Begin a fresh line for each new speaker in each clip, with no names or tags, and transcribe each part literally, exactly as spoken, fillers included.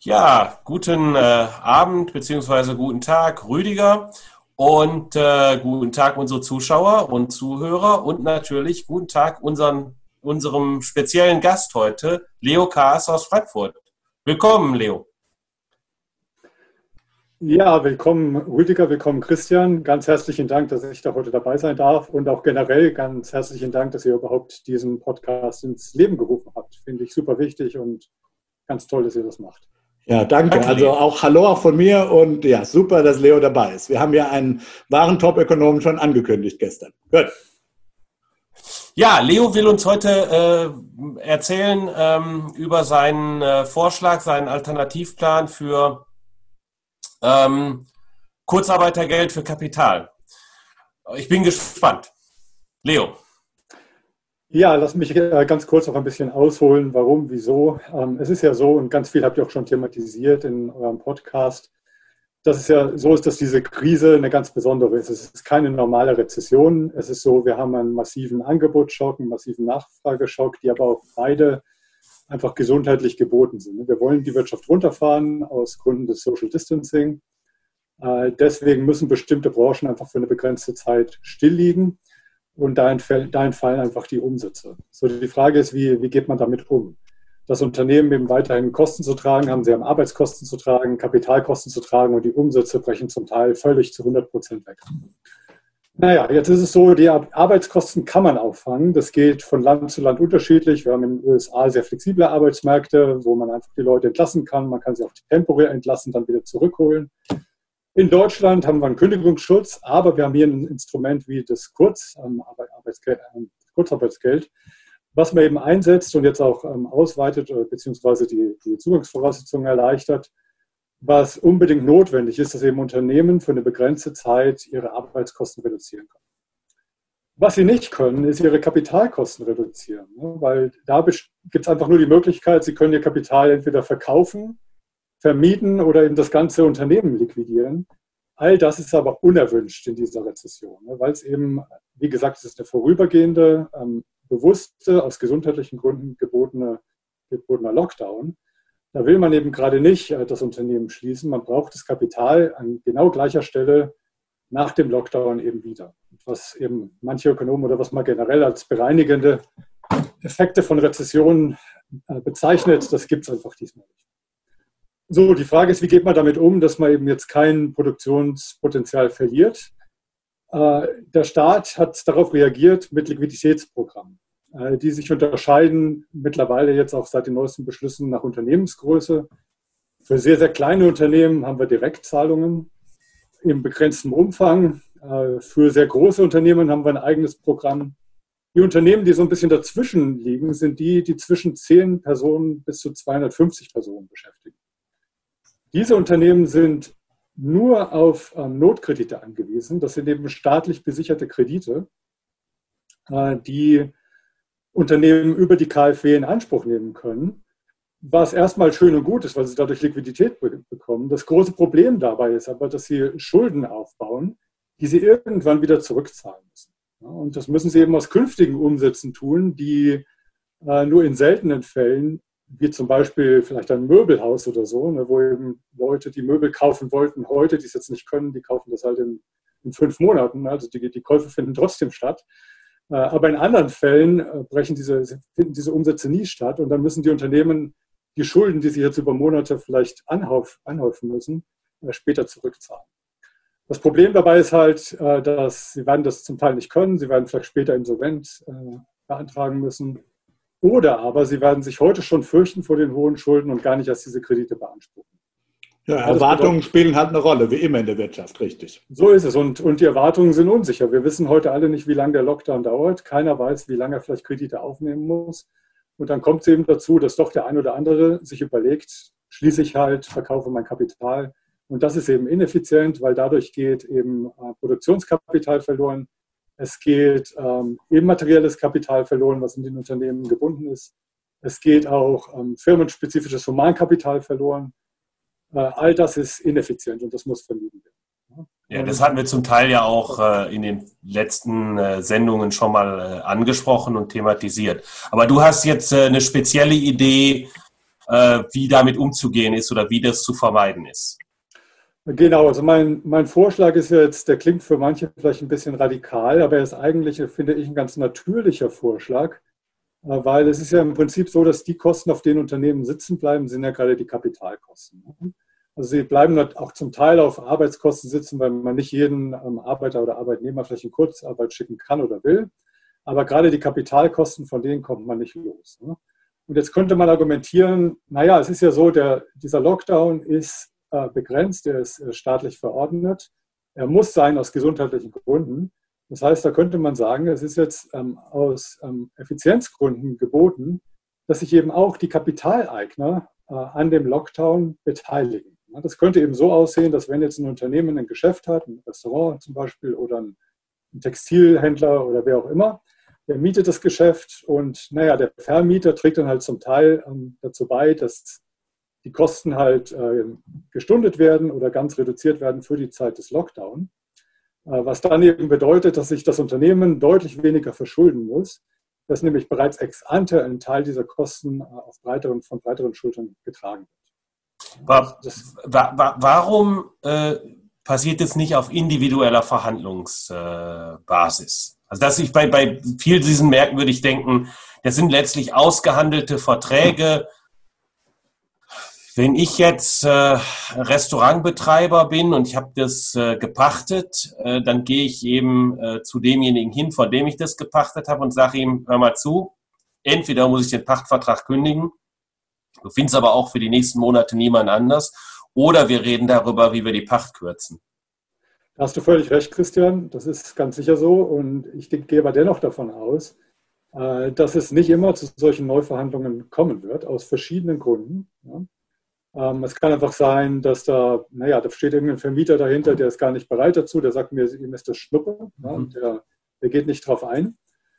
Ja, guten äh, Abend beziehungsweise guten Tag, Rüdiger. Und äh, guten Tag unsere Zuschauer und Zuhörer und natürlich guten Tag unseren, unserem speziellen Gast heute, Leo Kaas aus Frankfurt. Willkommen, Leo.
Ja, willkommen Rüdiger, willkommen Christian. Ganz herzlichen Dank, dass ich da heute dabei sein darf und auch generell ganz herzlichen Dank, dass ihr überhaupt diesen Podcast ins Leben gerufen habt. Finde ich super wichtig und ganz toll, dass ihr das macht.
Ja, danke.
Danke,
Also
Leo.
auch Hallo auch von mir und ja, super, dass Leo dabei ist. Wir haben ja einen wahren Top-Ökonomen schon angekündigt gestern. Gut.
Ja, Leo will uns heute äh, erzählen ähm, über seinen äh, Vorschlag, seinen Alternativplan für ähm, Kurzarbeitergeld für Kapital. Ich bin gespannt. Leo.
Ja, lass mich äh, ganz kurz noch ein bisschen ausholen, warum, wieso. Ähm, es ist ja so, und ganz viel habt ihr auch schon thematisiert in eurem Podcast, dass es ja so ist, dass diese Krise eine ganz besondere ist. Es ist keine normale Rezession. Es ist so, wir haben einen massiven Angebotsschock, einen massiven Nachfrageschock, die aber auch beide einfach gesundheitlich geboten sind. Wir wollen die Wirtschaft runterfahren aus Gründen des Social Distancing. Äh, deswegen müssen bestimmte Branchen einfach für eine begrenzte Zeit still liegen. Und da entfallen, da entfallen einfach die Umsätze. So, die Frage ist, wie, wie geht man damit um? Das Unternehmen eben weiterhin Kosten zu tragen, haben sie haben Arbeitskosten zu tragen, Kapitalkosten zu tragen und die Umsätze brechen zum Teil völlig zu hundert Prozent weg. Naja, jetzt ist es so, die Arbeitskosten kann man auffangen. Das geht von Land zu Land unterschiedlich. Wir haben in den U S A sehr flexible Arbeitsmärkte, wo man einfach die Leute entlassen kann. Man kann sie auch temporär entlassen, dann wieder zurückholen. In Deutschland haben wir einen Kündigungsschutz, aber wir haben hier ein Instrument wie das Kurz, ähm, Arbeitsgeld, äh, Kurzarbeitsgeld, was man eben einsetzt und jetzt auch ähm, ausweitet äh, beziehungsweise die, die Zugangsvoraussetzungen erleichtert, was unbedingt notwendig ist, dass eben Unternehmen für eine begrenzte Zeit ihre Arbeitskosten reduzieren können. Was sie nicht können, ist ihre Kapitalkosten reduzieren, ne? Weil da gibt es einfach nur die Möglichkeit, sie können ihr Kapital entweder verkaufen, vermieten oder eben das ganze Unternehmen liquidieren. All das ist aber unerwünscht in dieser Rezession, ne? Weil es eben, wie gesagt, es ist eine vorübergehende, ähm, bewusste, aus gesundheitlichen Gründen gebotene, gebotener Lockdown. Da will man eben gerade nicht äh, das Unternehmen schließen. Man braucht das Kapital an genau gleicher Stelle nach dem Lockdown eben wieder. Was eben manche Ökonomen oder was man generell als bereinigende Effekte von Rezessionen äh, bezeichnet, das gibt es einfach diesmal nicht. So, die Frage ist, wie geht man damit um, dass man eben jetzt kein Produktionspotenzial verliert? Äh, der Staat hat darauf reagiert mit Liquiditätsprogrammen, äh, die sich unterscheiden mittlerweile jetzt auch seit den neuesten Beschlüssen nach Unternehmensgröße. Für sehr, sehr kleine Unternehmen haben wir Direktzahlungen im begrenzten Umfang. Äh, für sehr große Unternehmen haben wir ein eigenes Programm. Die Unternehmen, die so ein bisschen dazwischen liegen, sind die, die zwischen zehn Personen bis zu zweihundertfünfzig Personen beschäftigen. Diese Unternehmen sind nur auf ähm, Notkredite angewiesen. Das sind eben staatlich besicherte Kredite, äh, die Unternehmen über die K f W in Anspruch nehmen können, was erstmal schön und gut ist, weil sie dadurch Liquidität be- bekommen. Das große Problem dabei ist aber, dass sie Schulden aufbauen, die sie irgendwann wieder zurückzahlen müssen. Ja, und das müssen sie eben aus künftigen Umsätzen tun, die äh, nur in seltenen Fällen, wie zum Beispiel vielleicht ein Möbelhaus oder so, ne, wo eben Leute, die Möbel kaufen wollten heute, die es jetzt nicht können, die kaufen das halt in, in fünf Monaten. Also die, die Käufe finden trotzdem statt. Äh, aber in anderen Fällen äh, brechen diese, finden diese Umsätze nie statt. Und dann müssen die Unternehmen die Schulden, die sie jetzt über Monate vielleicht anhauf, anhäufen müssen, äh, später zurückzahlen. Das Problem dabei ist halt, äh, dass sie werden das zum Teil nicht können. Sie werden vielleicht später insolvent äh, beantragen müssen. Oder aber sie werden sich heute schon fürchten vor den hohen Schulden und gar nicht erst diese Kredite beanspruchen.
Ja, Erwartungen spielen halt eine Rolle, wie immer in der Wirtschaft, richtig.
So ist es. Und, und die Erwartungen sind unsicher. Wir wissen heute alle nicht, wie lange der Lockdown dauert. Keiner weiß, wie lange er vielleicht Kredite aufnehmen muss. Und dann kommt es eben dazu, dass doch der ein oder andere sich überlegt, schließe ich halt, verkaufe mein Kapital. Und das ist eben ineffizient, weil dadurch geht eben äh, Produktionskapital verloren. Es geht ähm, immaterielles Kapital verloren, was in den Unternehmen gebunden ist. Es geht auch ähm, firmenspezifisches Humankapital verloren. Äh, all das ist ineffizient und das muss vermieden werden.
Ja, das hatten wir zum Teil ja auch äh, in den letzten äh, Sendungen schon mal äh, angesprochen und thematisiert. Aber du hast jetzt äh, eine spezielle Idee, äh, wie damit umzugehen ist oder wie das zu vermeiden ist.
Genau, also mein, mein Vorschlag ist jetzt, der klingt für manche vielleicht ein bisschen radikal, aber er ist eigentlich, finde ich, ein ganz natürlicher Vorschlag, weil es ist ja im Prinzip so, dass die Kosten, auf denen Unternehmen sitzen bleiben, sind ja gerade die Kapitalkosten. Also sie bleiben auch zum Teil auf Arbeitskosten sitzen, weil man nicht jeden Arbeiter oder Arbeitnehmer vielleicht in Kurzarbeit schicken kann oder will. Aber gerade die Kapitalkosten, von denen kommt man nicht los. Und jetzt könnte man argumentieren, naja, es ist ja so, der, dieser Lockdown ist begrenzt, der ist staatlich verordnet. Er muss sein aus gesundheitlichen Gründen. Das heißt, da könnte man sagen, es ist jetzt ähm, aus ähm, Effizienzgründen geboten, dass sich eben auch die Kapitaleigner äh, an dem Lockdown beteiligen. Ja, das könnte eben so aussehen, dass wenn jetzt ein Unternehmen ein Geschäft hat, ein Restaurant zum Beispiel oder ein, ein Textilhändler oder wer auch immer, der mietet das Geschäft und naja, der Vermieter trägt dann halt zum Teil ähm, dazu bei, dass die Kosten halt äh, gestundet werden oder ganz reduziert werden für die Zeit des Lockdown. Äh, was dann eben bedeutet, dass sich das Unternehmen deutlich weniger verschulden muss, dass nämlich bereits ex ante ein Teil dieser Kosten äh, auf breiteren, von breiteren Schultern getragen wird.
War, wa, wa, warum äh, passiert es nicht auf individueller Verhandlungsbasis? Äh, also dass ich bei, bei vielen diesen Märkten würde ich denken, das sind letztlich ausgehandelte Verträge. Wenn ich jetzt äh, Restaurantbetreiber bin und ich habe das äh, gepachtet, äh, dann gehe ich eben äh, zu demjenigen hin, von dem ich das gepachtet habe und sage ihm, hör mal zu, entweder muss ich den Pachtvertrag kündigen, du findest aber auch für die nächsten Monate niemand anders, oder wir reden darüber, wie wir die Pacht kürzen.
Da hast du völlig recht, Christian, das ist ganz sicher so und ich gehe aber dennoch davon aus, äh, dass es nicht immer zu solchen Neuverhandlungen kommen wird, aus verschiedenen Gründen. Ja. Es kann einfach sein, dass da, naja, da steht irgendein Vermieter dahinter, der ist gar nicht bereit dazu, der sagt mir, ihm ist das Schnuppe, ja, der, der geht nicht drauf ein.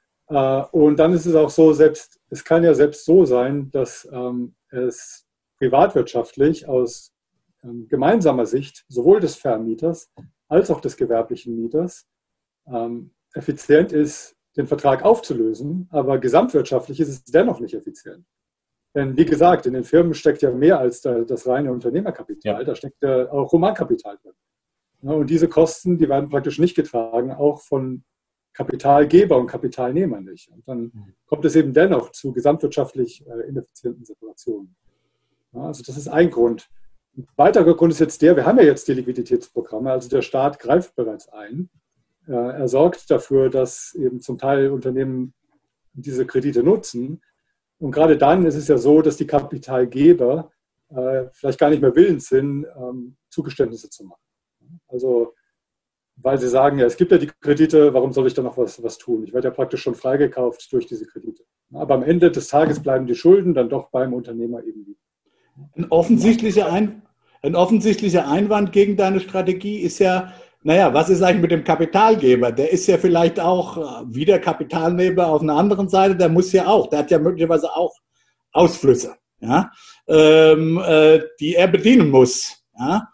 Und dann ist es auch so, selbst, es kann ja selbst so sein, dass ähm, es privatwirtschaftlich aus ähm, gemeinsamer Sicht sowohl des Vermieters als auch des gewerblichen Mieters ähm, effizient ist, den Vertrag aufzulösen, aber gesamtwirtschaftlich ist es dennoch nicht effizient. Denn wie gesagt, in den Firmen steckt ja mehr als das reine Unternehmerkapital, ja. Da steckt ja auch Humankapital drin. Und diese Kosten, die werden praktisch nicht getragen, auch von Kapitalgeber und Kapitalnehmern nicht. Und dann kommt es eben dennoch zu gesamtwirtschaftlich ineffizienten Situationen. Also das ist ein Grund. Ein weiterer Grund ist jetzt der, wir haben ja jetzt die Liquiditätsprogramme, also der Staat greift bereits ein. Er sorgt dafür, dass eben zum Teil Unternehmen diese Kredite nutzen. Und gerade dann ist es ja so, dass die Kapitalgeber äh, vielleicht gar nicht mehr willens sind, ähm, Zugeständnisse zu machen. Also, weil sie sagen, ja, es gibt ja die Kredite, warum soll ich da noch was, was tun? Ich werde ja praktisch schon freigekauft durch diese Kredite. Aber am Ende des Tages bleiben die Schulden dann doch beim Unternehmer eben liegen.
Ein offensichtlicher, Ein, ein offensichtlicher Einwand gegen deine Strategie ist ja, naja, was ist eigentlich mit dem Kapitalgeber? Der ist ja vielleicht auch wieder Kapitalnehmer auf einer anderen Seite, der muss ja auch, der hat ja möglicherweise auch Ausflüsse, ja, ähm, äh, die er bedienen muss. Ja?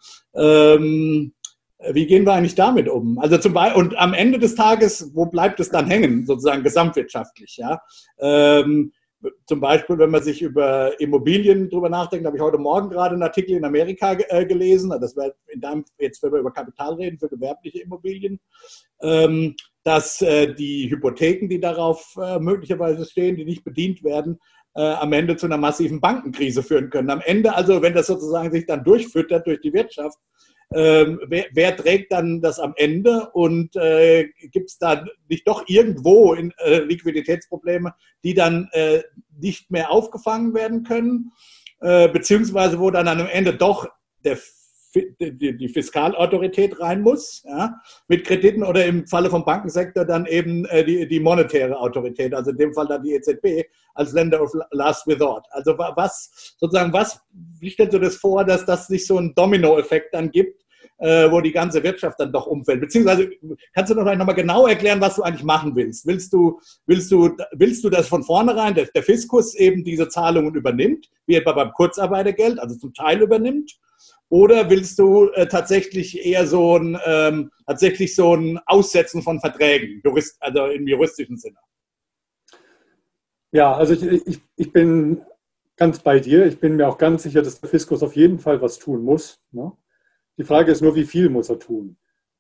Ähm, wie gehen wir eigentlich damit um? Also zum Beispiel, und am Ende des Tages, wo bleibt es dann hängen, sozusagen gesamtwirtschaftlich? Ja? Ähm, Zum Beispiel, wenn man sich über Immobilien drüber nachdenkt, habe ich heute Morgen gerade einen Artikel in Amerika äh, gelesen, das wäre in deinem, jetzt wenn wir über Kapital reden, für gewerbliche Immobilien, ähm, dass äh, die Hypotheken, die darauf äh, möglicherweise stehen, die nicht bedient werden, äh, am Ende zu einer massiven Bankenkrise führen können. Am Ende, also wenn das sozusagen sich dann durchfüttert durch die Wirtschaft, Ähm, wer, wer trägt dann das am Ende und äh, gibt es da nicht doch irgendwo in, äh, Liquiditätsprobleme, die dann äh, nicht mehr aufgefangen werden können, äh, beziehungsweise wo dann am Ende doch der, die, die Fiskalautorität rein muss, ja, mit Krediten oder im Falle vom Bankensektor dann eben äh, die, die monetäre Autorität, also in dem Fall dann die E Z B als Lender of Last Resort. Also was sozusagen, was, wie stellst du das vor, dass das nicht so einen Dominoeffekt dann gibt, äh, wo die ganze Wirtschaft dann doch umfällt? Beziehungsweise kannst du noch vielleicht nochmal genau erklären, was du eigentlich machen willst? Willst du, willst du, willst du das von vornherein, der, der Fiskus eben diese Zahlungen übernimmt, wie etwa beim Kurzarbeitergeld, also zum Teil übernimmt? Oder willst du äh, tatsächlich eher so ein, ähm, tatsächlich so ein Aussetzen von Verträgen, Jurist, also im juristischen Sinne?
Ja, also ich, ich, ich bin ganz bei dir. Ich bin mir auch ganz sicher, dass der Fiskus auf jeden Fall was tun muss. Ne? Die Frage ist nur, wie viel muss er tun?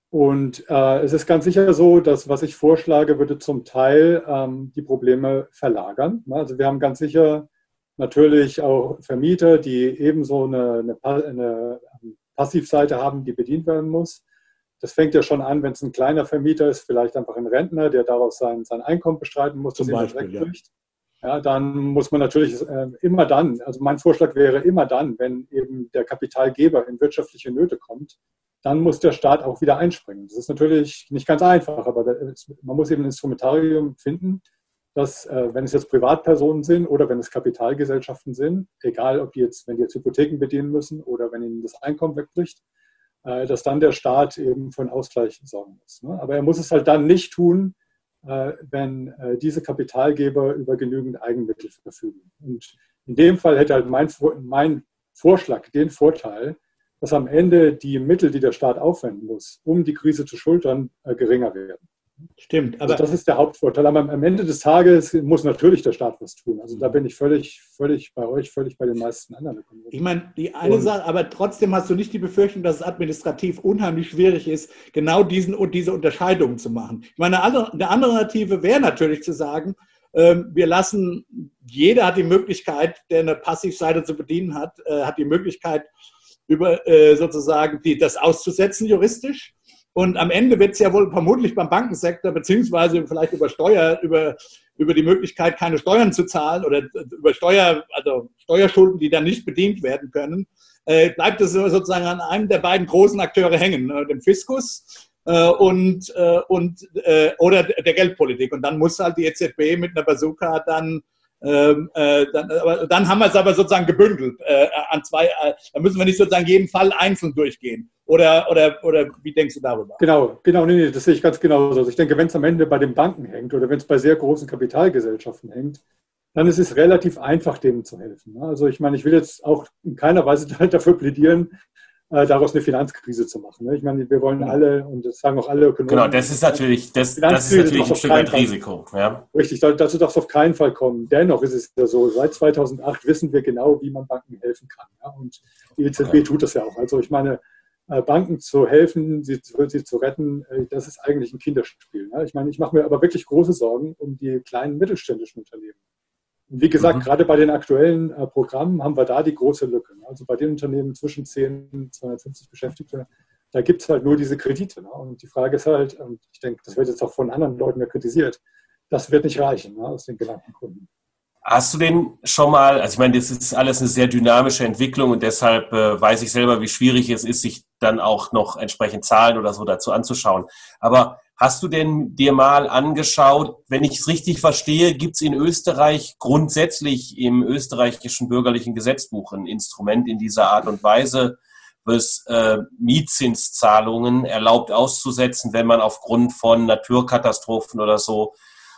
Und äh, es ist ganz sicher so, dass was ich vorschlage, würde zum Teil ähm, die Probleme verlagern. Also wir haben ganz sicher natürlich auch Vermieter, die ebenso eine, eine, eine Passivseite haben, die bedient werden muss. Das fängt ja schon an, wenn es ein kleiner Vermieter ist, vielleicht einfach ein Rentner, der daraus sein, sein Einkommen bestreiten muss,
zum
das
Beispiel,
ihn wegbricht. Ja. Ja, dann muss man natürlich äh, immer dann, also mein Vorschlag wäre immer dann, wenn eben der Kapitalgeber in wirtschaftliche Nöte kommt, dann muss der Staat auch wieder einspringen. Das ist natürlich nicht ganz einfach, aber ist, man muss eben ein Instrumentarium finden, dass, äh, wenn es jetzt Privatpersonen sind oder wenn es Kapitalgesellschaften sind, egal ob die jetzt, wenn die jetzt Hypotheken bedienen müssen oder wenn ihnen das Einkommen wegbricht, äh, dass dann der Staat eben für einen Ausgleich sorgen muss. Ne? Aber er muss es halt dann nicht tun, äh, wenn äh, diese Kapitalgeber über genügend Eigenmittel verfügen. Und in dem Fall hätte halt mein, mein Vorschlag den Vorteil, dass am Ende die Mittel, die der Staat aufwenden muss, um die Krise zu schultern, äh, geringer werden.
Stimmt. Aber
also das ist der Hauptvorteil. Aber am Ende des Tages muss natürlich der Staat was tun. Also da bin ich völlig, völlig bei euch, völlig bei den meisten anderen.
Ich meine, die eine und, Sache, aber trotzdem hast du nicht die Befürchtung, dass es administrativ unheimlich schwierig ist, genau diesen und diese Unterscheidungen zu machen. Ich meine, eine andere, eine andere Alternative wäre natürlich zu sagen, ähm, wir lassen, jeder hat die Möglichkeit, der eine Passivseite zu bedienen hat, äh, hat die Möglichkeit, über äh, sozusagen die, das auszusetzen juristisch. Und am Ende wird es ja wohl vermutlich beim Bankensektor, beziehungsweise vielleicht über Steuer, über, über die Möglichkeit, keine Steuern zu zahlen oder über Steuer, also Steuerschulden, die dann nicht bedient werden können, äh, bleibt es sozusagen an einem der beiden großen Akteure hängen, äh, dem Fiskus äh, und, äh, und, äh, oder der Geldpolitik. Und dann muss halt die E Z B mit einer Bazooka dann Ähm, äh, dann, aber, dann haben wir es aber sozusagen gebündelt äh, an zwei, äh, da müssen wir nicht sozusagen jeden Fall einzeln durchgehen. Oder, oder, oder wie denkst du darüber?
Genau, genau, nee, nee, das sehe ich ganz genauso. Also ich denke, wenn es am Ende bei den Banken hängt oder wenn es bei sehr großen Kapitalgesellschaften hängt, dann ist es relativ einfach, denen zu helfen. Also ich meine, ich will jetzt auch in keiner Weise dafür plädieren, daraus eine Finanzkrise zu machen. Ich meine, wir wollen alle, und das sagen auch alle Ökonomen.
Genau, das ist natürlich, das, das ist natürlich ein Stück weit Risiko. Ja.
Richtig, dazu darf es auf keinen Fall kommen. Dennoch ist es ja so, seit zweitausendacht wissen wir genau, wie man Banken helfen kann. Ja? Und die E Z B tut das ja auch. Also ich meine, Banken zu helfen, sie, sie zu retten, das ist eigentlich ein Kinderspiel. Ja? Ich meine, ich mache mir aber wirklich große Sorgen um die kleinen mittelständischen Unternehmen. Und wie gesagt, mhm. gerade bei den aktuellen äh, Programmen haben wir da die große Lücke. Ne? Also bei den Unternehmen zwischen zehn und zweihundertfünfzig Beschäftigte, da gibt es halt nur diese Kredite. Ne? Und die Frage ist halt, und ich denke, das wird jetzt auch von anderen Leuten ja kritisiert, das wird nicht reichen, ne? Aus den genannten Gründen.
Hast du denn schon mal, also ich meine, das ist alles eine sehr dynamische Entwicklung und deshalb äh, weiß ich selber, wie schwierig es ist, sich dann auch noch entsprechend Zahlen oder so dazu anzuschauen. Aber hast du denn dir mal angeschaut, wenn ich es richtig verstehe, gibt es in Österreich grundsätzlich im österreichischen bürgerlichen Gesetzbuch ein Instrument in dieser Art und Weise, was äh, Mietzinszahlungen erlaubt auszusetzen, wenn man aufgrund von Naturkatastrophen oder so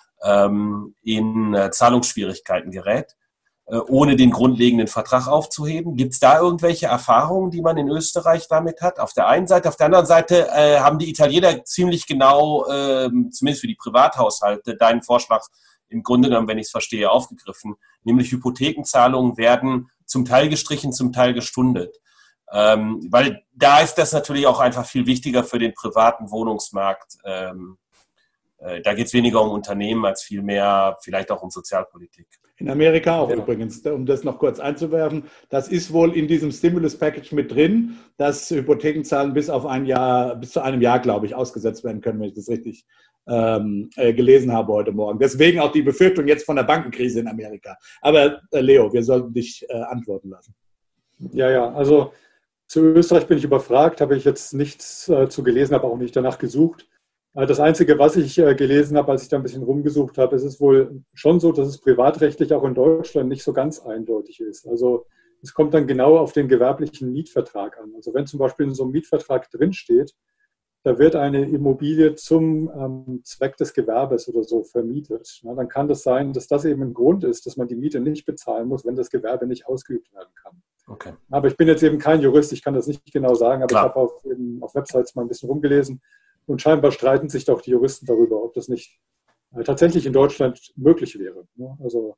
ähm, in äh, Zahlungsschwierigkeiten gerät, äh, ohne den grundlegenden Vertrag aufzuheben? Gibt es da irgendwelche Erfahrungen, die man in Österreich damit hat? Auf der einen Seite, auf der anderen Seite äh, haben die Italiener ziemlich genau, äh, zumindest für die Privathaushalte, deinen Vorschlag im Grunde genommen, wenn ich es verstehe, aufgegriffen. Nämlich Hypothekenzahlungen werden zum Teil gestrichen, zum Teil gestundet. Ähm, weil da ist das natürlich auch einfach viel wichtiger für den privaten Wohnungsmarkt. Ähm, äh, da geht es weniger um Unternehmen als vielmehr vielleicht auch um Sozialpolitik.
In Amerika auch
ja.
übrigens, um das noch kurz einzuwerfen. Das ist wohl in diesem Stimulus Package mit drin, dass Hypothekenzahlen bis auf ein Jahr, bis zu einem Jahr, glaube ich, ausgesetzt werden können, wenn ich das richtig ähm, äh, gelesen habe heute Morgen. Deswegen auch die Befürchtung jetzt von der Bankenkrise in Amerika. Aber äh, Leo, wir sollten dich äh, antworten lassen.
Ja, ja, also zu Österreich bin ich überfragt, habe ich jetzt nichts äh, zu gelesen, habe auch nicht danach gesucht. Äh, das Einzige, was ich äh, gelesen habe, als ich da ein bisschen rumgesucht habe, ist es wohl schon so, dass es privatrechtlich auch in Deutschland nicht so ganz eindeutig ist. Also es kommt dann genau auf den gewerblichen Mietvertrag an. Also wenn zum Beispiel in so einem Mietvertrag drinsteht, da wird eine Immobilie zum ähm, Zweck des Gewerbes oder so vermietet, na, dann kann das sein, dass das eben ein Grund ist, dass man die Miete nicht bezahlen muss, wenn das Gewerbe nicht ausgeübt werden kann. Okay. Aber ich bin jetzt eben kein Jurist, ich kann das nicht genau sagen, aber Klar. ich habe auf, eben auf Websites mal ein bisschen rumgelesen und scheinbar streiten sich doch die Juristen darüber, ob das nicht äh, tatsächlich in Deutschland möglich wäre. Ne? Also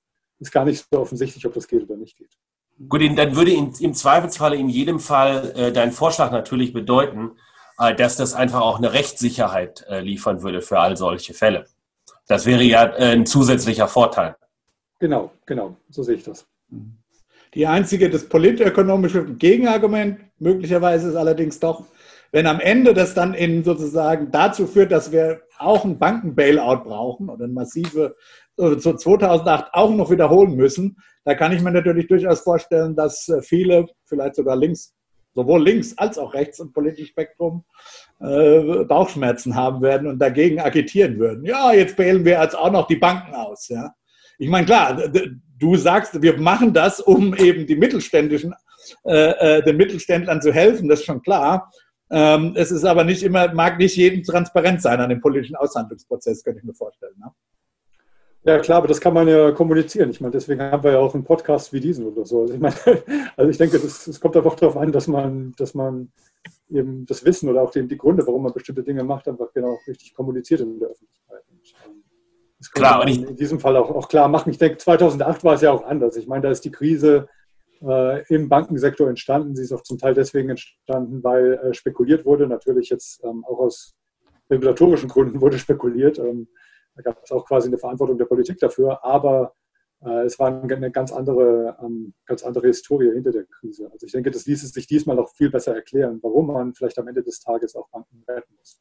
ist gar nicht so offensichtlich, ob das geht oder nicht geht.
Gut, dann würde in, im Zweifelsfalle in jedem Fall äh, dein Vorschlag natürlich bedeuten, äh, dass das einfach auch eine Rechtssicherheit äh, liefern würde für all solche Fälle. Das wäre ja äh, ein zusätzlicher Vorteil.
Genau, genau, so sehe ich das.
Die einzige, das politökonomische Gegenargument möglicherweise ist allerdings doch, wenn am Ende das dann in sozusagen dazu führt, dass wir auch einen Banken-Bailout brauchen oder eine massive, oder zu zweitausendacht auch noch wiederholen müssen, da kann ich mir natürlich durchaus vorstellen, dass viele, vielleicht sogar links, sowohl links als auch rechts im politischen Spektrum, äh, Bauchschmerzen haben werden und dagegen agitieren würden. Ja, jetzt bailen wir jetzt auch noch die Banken aus. Ja. Ich meine, klar, du sagst, wir machen das, um eben die mittelständischen, äh, den Mittelständlern zu helfen, das ist schon klar. Ähm, es ist aber nicht immer, mag nicht jedem transparent sein an dem politischen Aushandlungsprozess, könnte ich mir vorstellen. Ne?
Ja klar, aber das kann man ja kommunizieren. Ich meine, deswegen haben wir ja auch einen Podcast wie diesen oder so. Also ich meine, also ich denke, es kommt einfach darauf an, dass man, dass man eben das Wissen oder auch die, die Gründe, warum man bestimmte Dinge macht, einfach genau richtig kommuniziert in der Öffentlichkeit. Und, ähm, das kann
klar,
man
und ich,
in diesem Fall auch, auch klar machen. Ich denke, zweitausendacht war es ja auch anders. Ich meine, da ist die Krise äh, im Bankensektor entstanden. Sie ist auch zum Teil deswegen entstanden, weil äh, spekuliert wurde. Natürlich jetzt ähm, auch aus regulatorischen Gründen wurde spekuliert. Ähm, Da gab es auch quasi eine Verantwortung der Politik dafür, aber äh, es war eine ganz andere, ähm, ganz andere Historie hinter der Krise. Also ich denke, das ließe sich diesmal noch viel besser erklären, warum man vielleicht am Ende des Tages auch Banken retten muss.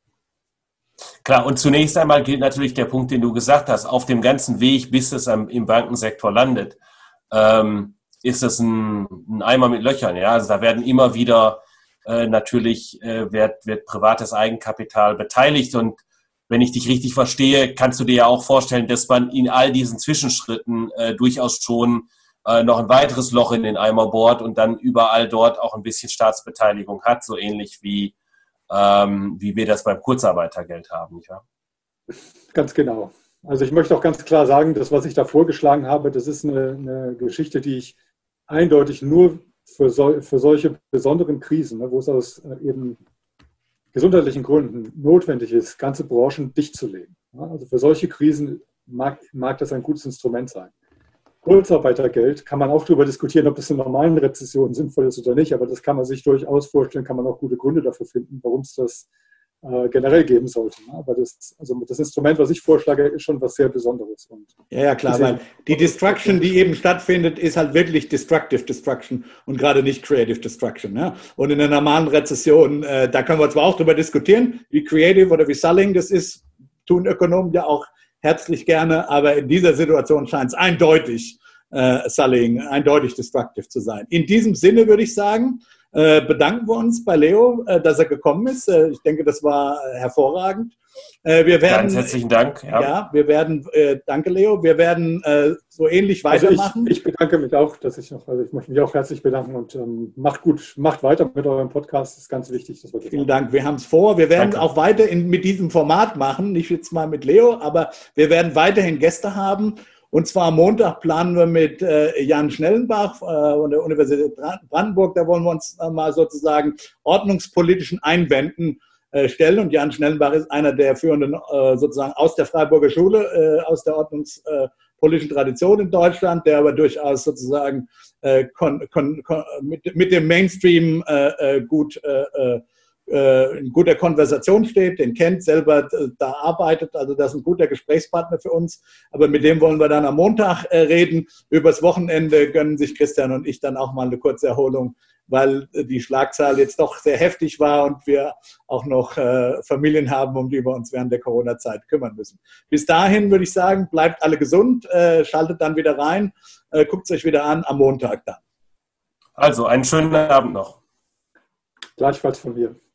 Klar, und zunächst einmal gilt natürlich der Punkt, den du gesagt hast, auf dem ganzen Weg, bis es am, im Bankensektor landet, ähm, ist es ein, ein Eimer mit Löchern. Ja? Also da werden immer wieder äh, natürlich äh, wird, wird privates Eigenkapital beteiligt und wenn ich dich richtig verstehe, kannst du dir ja auch vorstellen, dass man in all diesen Zwischenschritten äh, durchaus schon äh, noch ein weiteres Loch in den Eimer bohrt und dann überall dort auch ein bisschen Staatsbeteiligung hat, so ähnlich wie, ähm, wie wir das beim Kurzarbeitergeld haben, nicht wahr?
Ganz genau. Also ich möchte auch ganz klar sagen, das, was ich da vorgeschlagen habe, das ist eine, eine Geschichte, die ich eindeutig nur für, sol- für solche besonderen Krisen, ne, wo es aus äh, eben gesundheitlichen Gründen notwendig ist, ganze Branchen dichtzulegen. Also für solche Krisen mag, mag das ein gutes Instrument sein. Kurzarbeitergeld kann man auch darüber diskutieren, ob das in normalen Rezessionen sinnvoll ist oder nicht, aber das kann man sich durchaus vorstellen, kann man auch gute Gründe dafür finden, warum es das äh, generell geben sollte. Aber das, also das Instrument, was ich vorschlage, ist schon was sehr Besonderes. Und
ja, ja, klar, weil die Destruction, die eben stattfindet, ist halt wirklich Destructive Destruction und gerade nicht Creative Destruction. Ja? Und in einer normalen Rezession, äh, da können wir zwar auch darüber diskutieren, wie Creative oder wie Selling das ist, tun Ökonomen ja auch herzlich gerne, aber in dieser Situation scheint es eindeutig äh, Selling, eindeutig Destructive zu sein. In diesem Sinne würde ich sagen, äh, bedanken wir uns bei Leo, äh, dass er gekommen ist. Äh, ich denke, das war äh, hervorragend. Äh, wir werden,
Ganz herzlichen Dank.
Ja, ja wir werden, äh, danke Leo, wir werden äh, so ähnlich weitermachen.
Also ich, ich bedanke mich auch, dass ich noch, also ich möchte mich auch herzlich bedanken und ähm, macht gut, macht weiter mit eurem Podcast, das ist ganz wichtig. Dass wir das
Vielen Dank, wir haben es vor. Wir werden
Danke.
auch weiter in, mit diesem Format machen, nicht jetzt mal mit Leo, aber wir werden weiterhin Gäste haben. Und zwar am Montag planen wir mit äh, Jan Schnellenbach äh, von der Universität Brandenburg, da wollen wir uns äh, mal sozusagen ordnungspolitischen Einwänden äh, stellen. Und Jan Schnellenbach ist einer der führenden äh, sozusagen aus der Freiburger Schule, äh, aus der ordnungspolitischen Tradition in Deutschland, der aber durchaus sozusagen äh, kon, kon, kon, mit, mit dem Mainstream äh, gut äh, in guter Konversation steht, den kennt, selber da arbeitet, also das ist ein guter Gesprächspartner für uns, aber mit dem wollen wir dann am Montag reden. Übers Wochenende gönnen sich Christian und ich dann auch mal eine kurze Erholung, weil die Schlagzahl jetzt doch sehr heftig war und wir auch noch äh, Familien haben, um die wir uns während der Corona-Zeit kümmern müssen. Bis dahin würde ich sagen, bleibt alle gesund, äh, schaltet dann wieder rein, äh, guckt es euch wieder an am Montag dann.
Also einen schönen Abend noch.
Gleichfalls von mir.